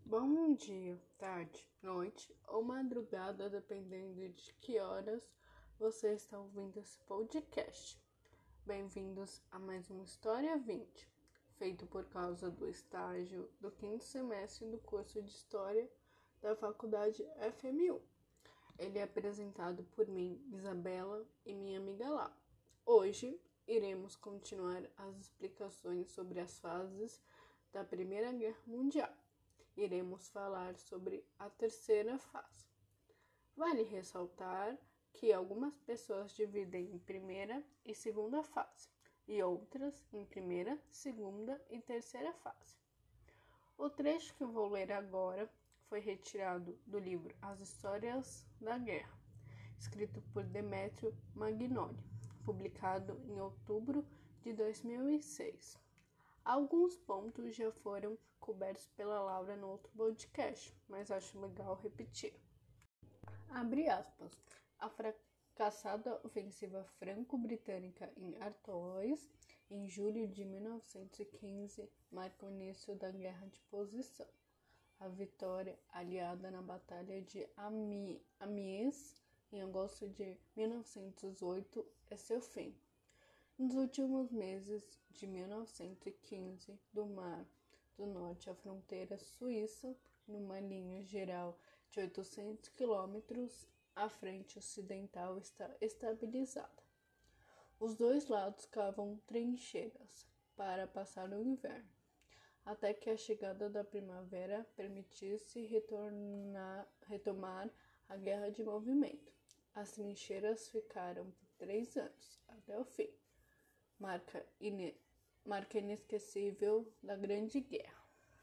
Bom dia, tarde, noite ou madrugada, dependendo de que horas você está ouvindo esse podcast. Bem-vindos a mais uma História 20, feito por causa do estágio do 5º semestre do curso de História da Faculdade FMU. Ele é apresentado por mim, Isabela, e minha amiga Lá. Hoje, iremos continuar as explicações sobre as fases da Primeira Guerra Mundial. Iremos falar sobre a terceira fase. Vale ressaltar que algumas pessoas dividem em primeira e segunda fase, e outras em primeira, segunda e terceira fase. O trecho que vou ler agora foi retirado do livro As Histórias da Guerra, escrito por Demetrio Magnoli, publicado em outubro de 2006. Alguns pontos já foram cobertos pela Laura no outro podcast, mas acho legal repetir. Abre aspas. A fracassada ofensiva franco-britânica em Artois, em julho de 1915, marca o início da Guerra de Posição. A vitória aliada na Batalha de Amiens, em agosto de 1918, é seu fim. Nos últimos meses de 1915, do Mar do Norte à fronteira suíça, numa linha geral de 800 quilômetros, a frente ocidental está estabilizada. Os dois lados cavam trincheiras para passar o inverno, até que a chegada da primavera permitisse retomar a guerra de movimento. As trincheiras ficaram por 3 anos, até o fim. Marca inesquecível da Grande Guerra.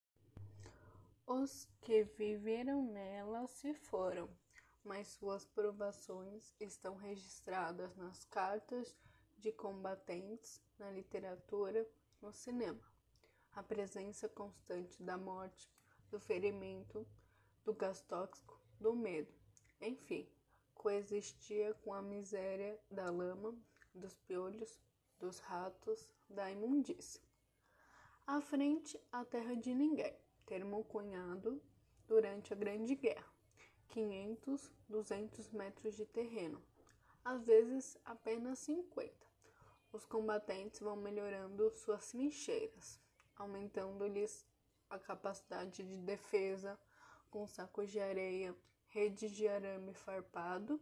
Os que viveram nela se foram, mas suas provações estão registradas nas cartas de combatentes, na literatura, no cinema. A presença constante da morte, do ferimento, do gás tóxico, do medo, enfim, coexistia com a miséria da lama, dos piolhos, dos ratos, da imundícia. À frente, a terra de ninguém, termo cunhado durante a Grande Guerra, 500, 200 metros de terreno, às vezes apenas 50. Os combatentes vão melhorando suas trincheiras, aumentando-lhes a capacidade de defesa, com sacos de areia, redes de arame farpado,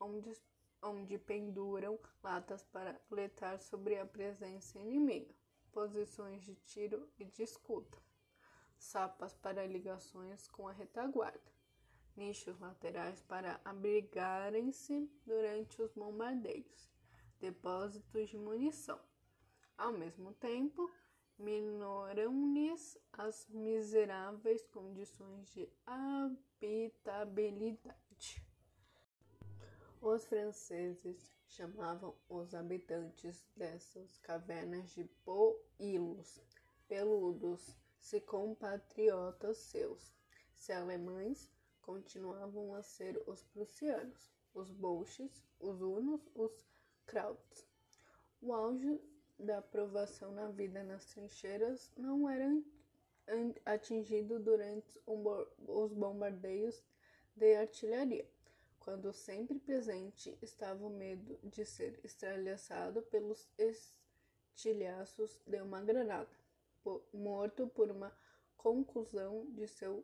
onde penduram latas para alertar sobre a presença inimiga, posições de tiro e de escuta, sapas para ligações com a retaguarda, nichos laterais para abrigarem-se durante os bombardeios, depósitos de munição. Ao mesmo tempo, minoram-lhes as miseráveis condições de habitabilidade. Os franceses chamavam os habitantes dessas cavernas de poilos, peludos, se compatriotas seus. Se alemães, continuavam a ser os prussianos, os bolches, os hunos, os krauts. O auge da provação na vida nas trincheiras não era atingido durante os bombardeios de artilharia, quando sempre presente estava o medo de ser estralhaçado pelos estilhaços de uma granada, morto por uma conclusão de seu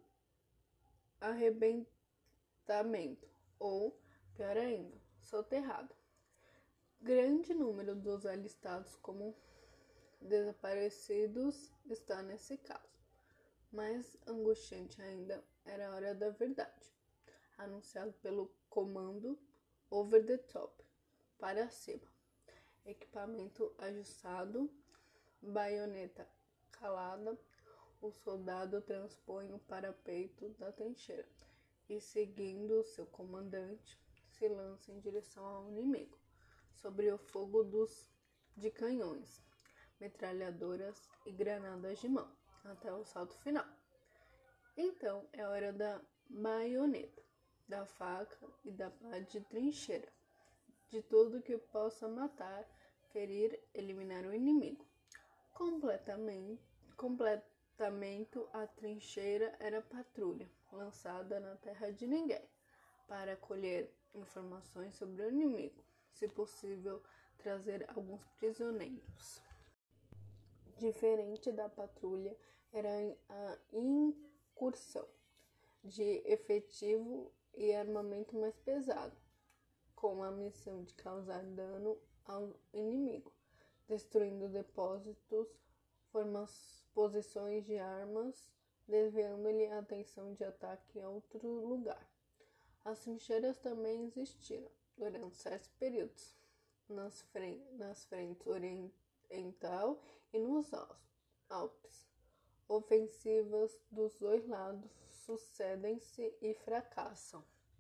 arrebentamento, ou, pior ainda, soterrado. Grande número dos alistados como desaparecidos está nesse caso. Mais angustiante ainda era a hora da verdade, anunciado pelo comando over the top, para cima, equipamento ajustado, baioneta calada, o soldado transpõe o parapeito da trincheira e, seguindo seu comandante, se lança em direção ao inimigo, sob o fogo de canhões, metralhadoras e granadas de mão, até o salto final. Então é hora da baioneta, da faca e da pá de trincheira, de tudo que possa matar, ferir, eliminar o inimigo. tratamento, a trincheira era patrulha, lançada na terra de ninguém, para colher informações sobre o inimigo, se possível, trazer alguns prisioneiros. Diferente da patrulha era a incursão, de efetivo e armamento mais pesado, com a missão de causar dano ao inimigo, destruindo depósitos, posições de armas, desviando-lhe a atenção de ataque a outro lugar. As trincheiras também existiram, durante certos períodos, nas frentes oriental e nos Alpes. Ofensivas dos dois lados sucedem-se e fracassam.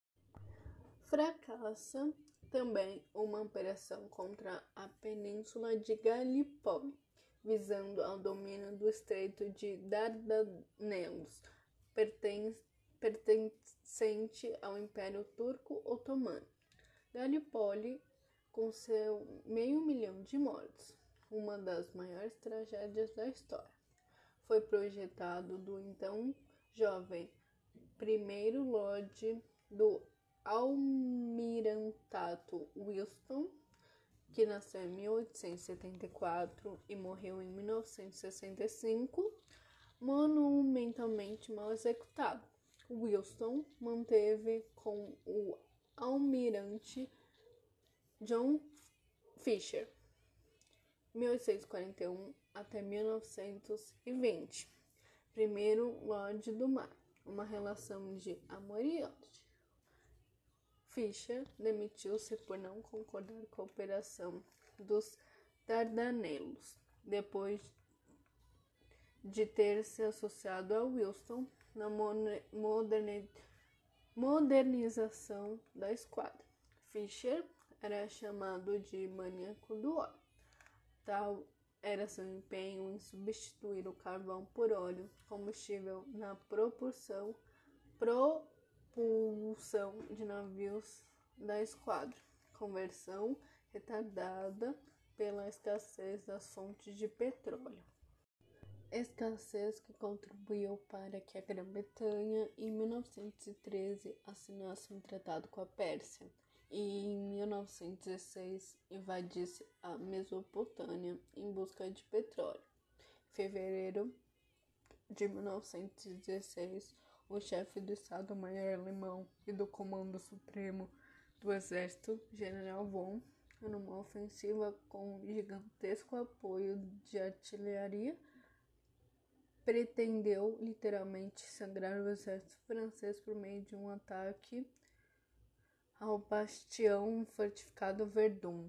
Fracassa também uma operação contra a península de Galípoli, visando ao domínio do estreito de Dardanelos, pertencente ao Império Turco Otomano. Galípoli, com seu 500.000 de mortos, uma das maiores tragédias da história, foi projetado do então jovem primeiro Lorde do Almirantado Wilson, que nasceu em 1874 e morreu em 1965, monumentalmente mal executado. Wilson manteve com o almirante John Fisher, 1841 até 1920, primeiro Lorde do Mar, uma relação de amor e ódio. Fisher demitiu-se por não concordar com a operação dos Dardanelos, depois de ter se associado a Wilson na modernização da esquadra. Fisher era chamado de maníaco do óleo. Tal era seu empenho em substituir o carvão por óleo combustível na propulsão de navios da esquadra, conversão retardada pela escassez das fontes de petróleo. Escassez que contribuiu para que a Grã-Bretanha, em 1913, assinasse um tratado com a Pérsia e, em 1916, invadisse a Mesopotâmia em busca de petróleo. Em fevereiro de 1916, o chefe do Estado-Maior alemão e do Comando Supremo do Exército, General von, numa ofensiva com gigantesco apoio de artilharia, pretendeu literalmente sangrar o exército francês por meio de um ataque ao bastião fortificado Verdun.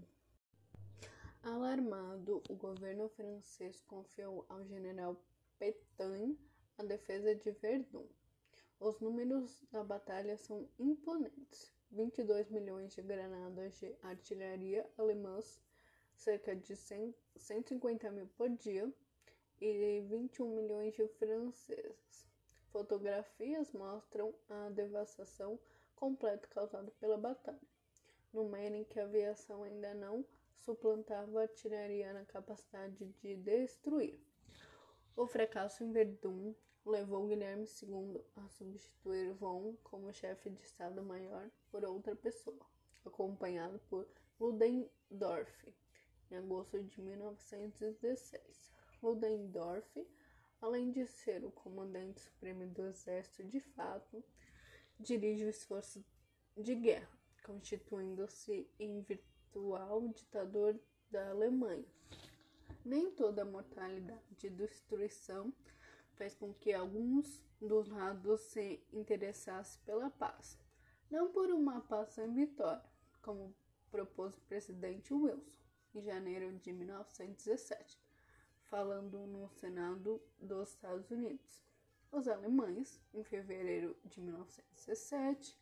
Alarmado, o governo francês confiou ao general Pétain a defesa de Verdun. Os números da batalha são imponentes: 22 milhões de granadas de artilharia alemãs, cerca de 150 mil por dia, e 21 milhões de franceses. Fotografias mostram a devastação completa causada pela batalha, numa era em que a aviação ainda não suplantava a artilharia na capacidade de destruir. O fracasso em Verdun levou Guilherme II a substituir von como chefe de Estado-Maior por outra pessoa, acompanhado por Ludendorff, em agosto de 1916. Ludendorff, além de ser o comandante supremo do exército de fato, dirige o esforço de guerra, constituindo-se em virtual ditador da Alemanha. Nem toda a mortalidade e destruição fez com que alguns dos lados se interessassem pela paz, não por uma paz sem vitória, como propôs o presidente Wilson em janeiro de 1917, falando no Senado dos Estados Unidos. Os alemães, em fevereiro de 1917,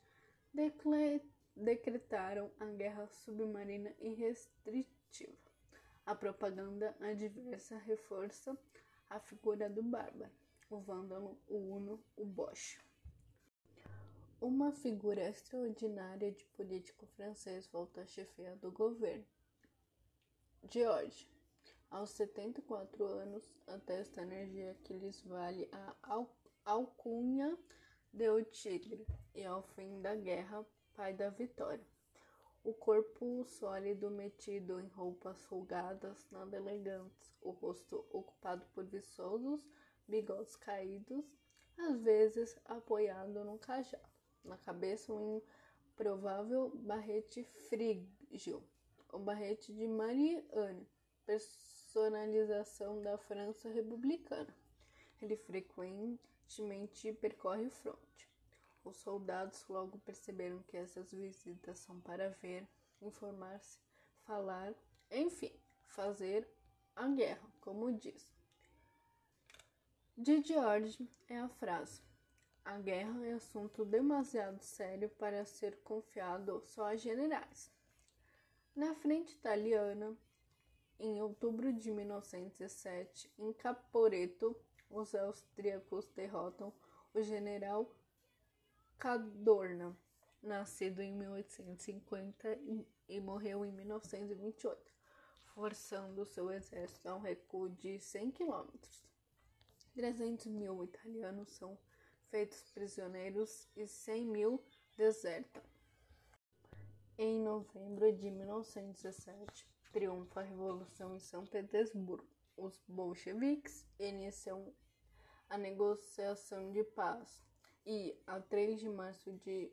decretaram a guerra submarina irrestritiva. A propaganda adversa reforça a figura do bárbaro, o vândalo, o huno, o boche. Uma figura extraordinária de político francês volta a chefiar do governo. George, Aos 74 anos, até esta energia que lhes vale a alcunha de O Tigre, e ao fim da guerra, pai da vitória. O corpo sólido metido em roupas folgadas, nada elegantes, o rosto ocupado por viçosos bigodes caídos, às vezes apoiado num cajado, na cabeça um improvável barrete frígio, o barrete de Marianne, personalização da França republicana. Ele frequentemente percorre o fronte. Os soldados logo perceberam que essas visitas são para ver, informar-se, falar, enfim, fazer a guerra, como diz. De George é a frase: a guerra é assunto demasiado sério para ser confiado só a generais. Na frente italiana, em outubro de 1907, em Caporetto, os austríacos derrotam o general Cadorna, nascido em 1850 e morreu em 1928, forçando seu exército a um recuo de 100 quilômetros. 300 mil italianos são feitos prisioneiros e 100 mil desertam. Em novembro de 1917, triunfa a Revolução em São Petersburgo. Os bolcheviques iniciam a negociação de paz e, a 3 de março de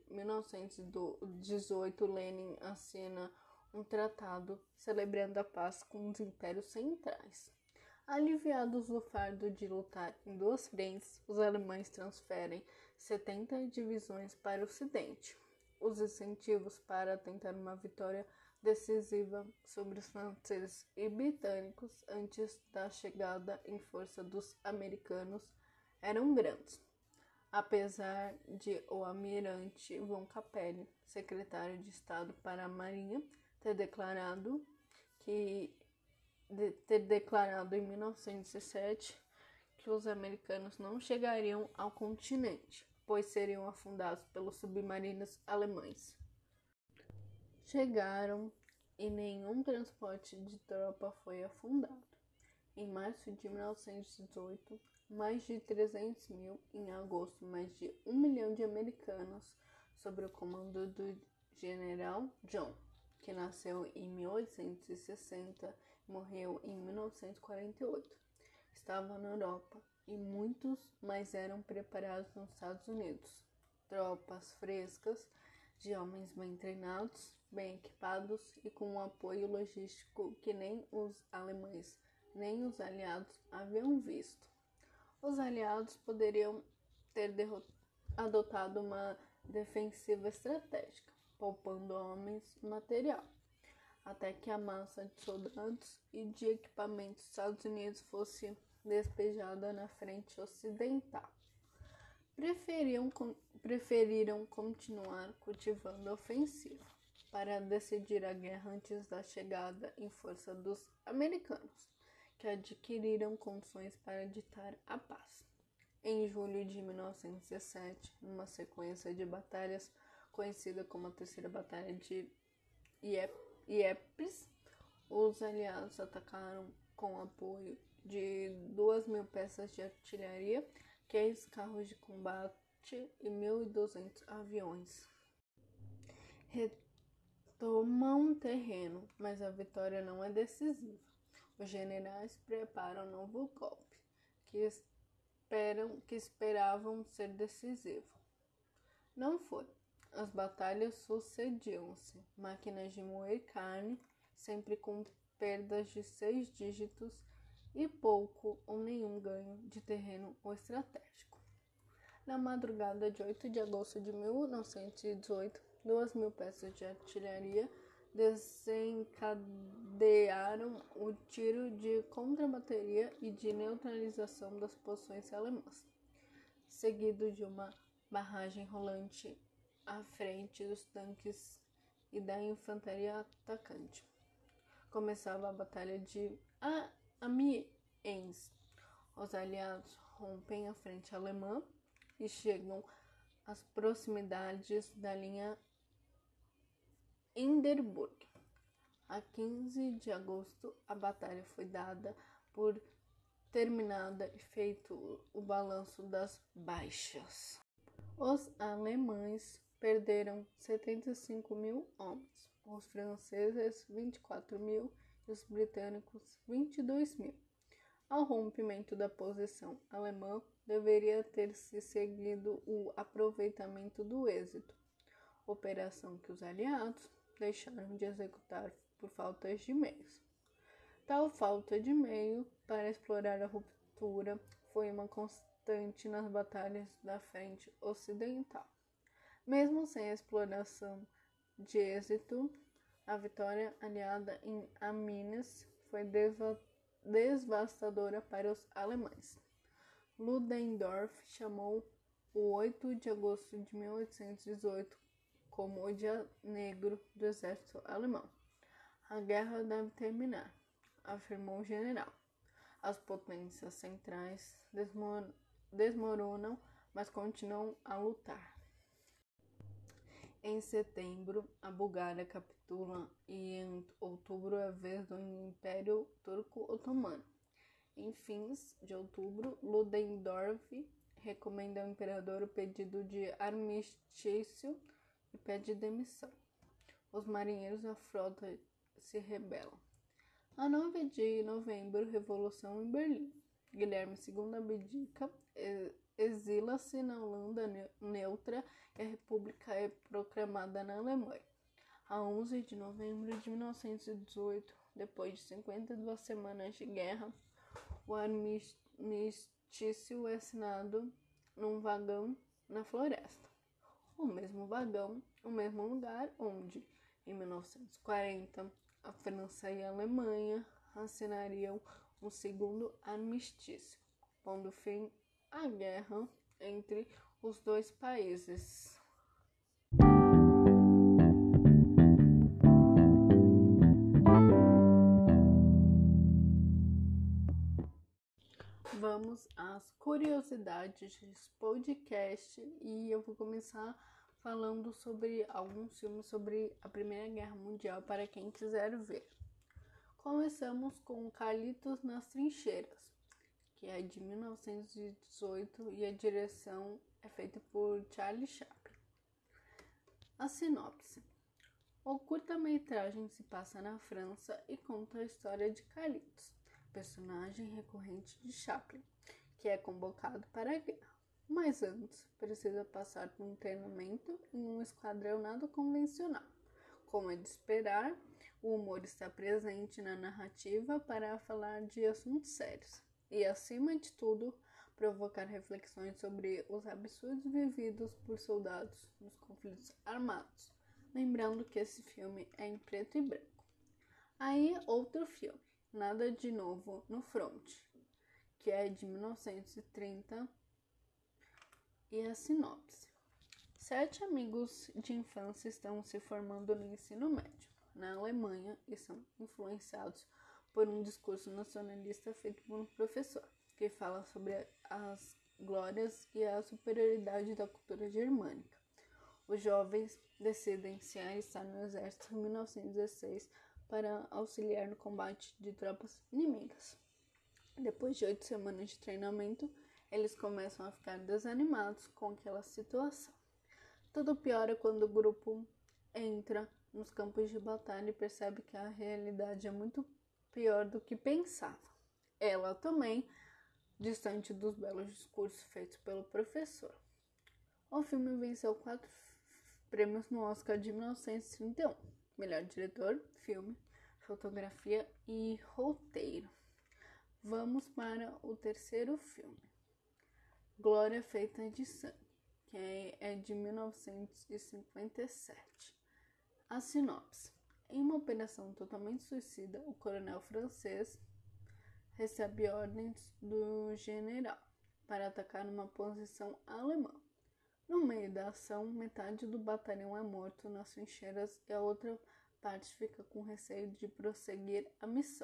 1918, Lenin assina um tratado celebrando a paz com os impérios centrais. Aliviados do fardo de lutar em duas frentes, os alemães transferem 70 divisões para o ocidente. Os incentivos para tentar uma vitória decisiva sobre os franceses e britânicos antes da chegada em força dos americanos eram grandes. Apesar de o almirante von Capelli, secretário de Estado para a Marinha, ter declarado em 1907 que os americanos não chegariam ao continente, pois seriam afundados pelos submarinos alemães. Chegaram e nenhum transporte de tropa foi afundado. Em março de 1918, mais de 300 mil, em agosto, mais de 1 milhão de americanos, sob o comando do general John, que nasceu em 1860 e morreu em 1948. Estavam na Europa e muitos mais eram preparados nos Estados Unidos. Tropas frescas, de homens bem treinados, bem equipados e com um apoio logístico que nem os alemães nem os aliados haviam visto. Os aliados poderiam ter adotado uma defensiva estratégica, poupando homens e material, até que a massa de soldados e de equipamentos dos Estados Unidos fosse despejada na frente ocidental. Preferiram continuar cultivando a ofensiva para decidir a guerra antes da chegada em força dos americanos, que adquiriram condições para ditar a paz. Em julho de 1917, numa sequência de batalhas conhecida como a Terceira Batalha de Ypres, os aliados atacaram com apoio de 2.000 peças de artilharia, 15 carros de combate e 1.200 aviões. Retomam terreno, mas a vitória não é decisiva. Os generais preparam um novo golpe, que esperavam ser decisivo. Não foi. As batalhas sucediam-se, máquinas de moer carne, sempre com perdas de 6 dígitos e pouco ou nenhum ganho de terreno ou estratégico. Na madrugada de 8 de agosto de 1918, 2.000 peças de artilharia desencadearam o tiro de contrabateria e de neutralização das posições alemãs, seguido de uma barragem rolante à frente dos tanques e da infantaria atacante. Começava a Batalha de Amiens. Os aliados rompem a frente alemã e chegam às proximidades da linha Hindenburg. A 15 de agosto, a batalha foi dada por terminada e feito o balanço das baixas. Os alemães perderam 75 mil homens, os franceses 24 mil e os britânicos 22 mil. Ao rompimento da posição alemã, deveria ter se seguido o aproveitamento do êxito, operação que os aliados deixaram de executar por falta de meios. Tal falta de meio para explorar a ruptura foi uma constante nas batalhas da frente ocidental. Mesmo sem a exploração de êxito, a vitória aliada em Amiens foi devastadora para os alemães. Ludendorff chamou o 8 de agosto de 1818 como o Dia Negro do exército alemão. A guerra deve terminar, afirmou o general. As potências centrais desmoronam, mas continuam a lutar. Em setembro, a Bulgária capitula e em outubro é a vez do Império Turco-Otomano. Em fins de outubro, Ludendorff recomenda ao imperador o pedido de armistício e pede demissão. Os marinheiros da frota se rebelam. A 9 de novembro, Revolução em Berlim. Guilherme II abdica, exila-se na Holanda neutra e a República é proclamada na Alemanha. A 11 de novembro de 1918, depois de 52 semanas de guerra, o armistício é assinado num vagão na floresta. O mesmo vagão, o mesmo lugar onde, em 1940, a França e a Alemanha assinariam um segundo armistício, pondo fim à guerra entre os dois países. Vamos às curiosidades desse podcast e eu vou começar falando sobre alguns filmes sobre a Primeira Guerra Mundial para quem quiser ver. Começamos com Carlitos nas Trincheiras, que é de 1918 e a direção é feita por Charlie Chaplin. A sinopse. O curta-metragem se passa na França e conta a história de Carlitos, personagem recorrente de Chaplin, que é convocado para a guerra. Mas antes, precisa passar por um treinamento em um esquadrão nada convencional. Como é de esperar, o humor está presente na narrativa para falar de assuntos sérios e, acima de tudo, provocar reflexões sobre os absurdos vividos por soldados nos conflitos armados. Lembrando que esse filme é em preto e branco. Aí, outro filme, Nada de Novo no Front, que é de 1930, e a sinopse. 7 amigos de infância estão se formando no ensino médio na Alemanha e são influenciados por um discurso nacionalista feito por um professor, que fala sobre as glórias e a superioridade da cultura germânica. Os jovens decidem se alistar no exército em 1916 para auxiliar no combate de tropas inimigas. Depois de 8 semanas de treinamento, eles começam a ficar desanimados com aquela situação. Tudo piora quando o grupo entra nos campos de batalha e percebe que a realidade é muito pior do que pensava. Ela também, distante dos belos discursos feitos pelo professor. O filme venceu 4 prêmios no Oscar de 1931. Melhor diretor, filme, fotografia e roteiro. Vamos para o terceiro filme, Glória Feita de Sangue, que é de 1957. A sinopse. Em uma operação totalmente suicida, o coronel francês recebe ordens do general para atacar uma posição alemã. No meio da ação, metade do batalhão é morto nas trincheiras e a outra parte fica com receio de prosseguir a missão,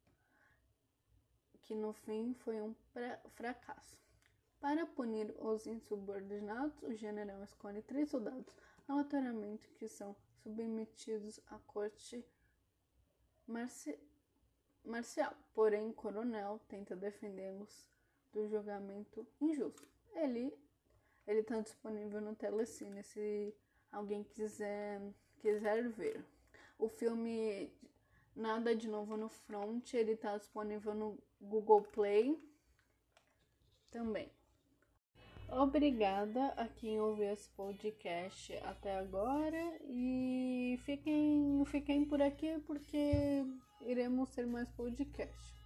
que no fim foi um fracasso. Para punir os insubordinados, o general escolhe 3 soldados aleatoriamente que são submetidos à corte marcial. Porém, Coronel tenta defendê-los do julgamento injusto. Ele está disponível no Telecine se alguém quiser ver. O filme Nada de Novo no Front, ele está disponível no Google Play também. Obrigada a quem ouviu esse podcast até agora e fiquem por aqui porque iremos ter mais podcast.